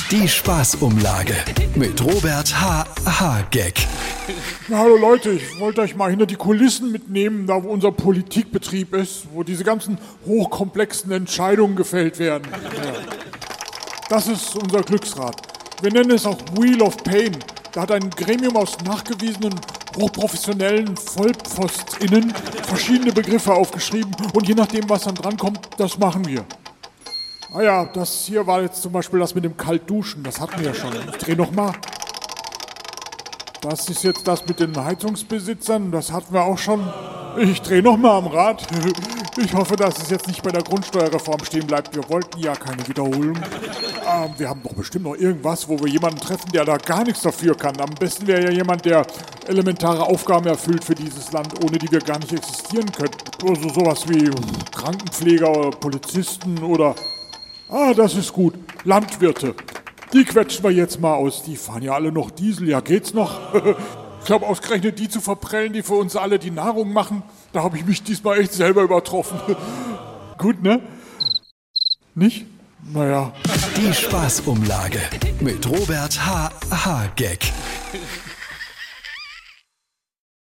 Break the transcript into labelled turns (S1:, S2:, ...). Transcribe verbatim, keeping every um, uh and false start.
S1: Die Spaßumlage mit Robert H. H-Gag.
S2: Ja, hallo Leute, ich wollte euch mal hinter die Kulissen mitnehmen, da wo unser Politikbetrieb ist, wo diese ganzen hochkomplexen Entscheidungen gefällt werden. Ja. Das ist unser Glücksrad. Wir nennen es auch Wheel of Pain. Da hat ein Gremium aus nachgewiesenen, hochprofessionellen VollpfostInnen verschiedene Begriffe aufgeschrieben und je nachdem, was dann drankommt, das machen wir. Ah ja, das hier war jetzt zum Beispiel das mit dem Kaltduschen, das hatten wir ja schon. Ich dreh noch mal. Das ist jetzt das mit den Heizungsbesitzern, das hatten wir auch schon. Ich dreh noch mal am Rad. Ich hoffe, dass es jetzt nicht bei der Grundsteuerreform stehen bleibt. Wir wollten ja keine Wiederholung. Ähm, wir haben doch bestimmt noch irgendwas, wo wir jemanden treffen, der da gar nichts dafür kann. Am besten wäre ja jemand, der elementare Aufgaben erfüllt für dieses Land, ohne die wir gar nicht existieren könnten. Also sowas wie Krankenpfleger oder Polizisten oder... Ah, das ist gut. Landwirte. Die quetschen wir jetzt mal aus. Die fahren ja alle noch Diesel. Ja, geht's noch? Ich glaube, ausgerechnet die zu verprellen, die für uns alle die Nahrung machen, da habe ich mich diesmal echt selber übertroffen. Gut, ne? Nicht? Naja.
S1: Die Spaßumlage mit Robert H. H-Gag.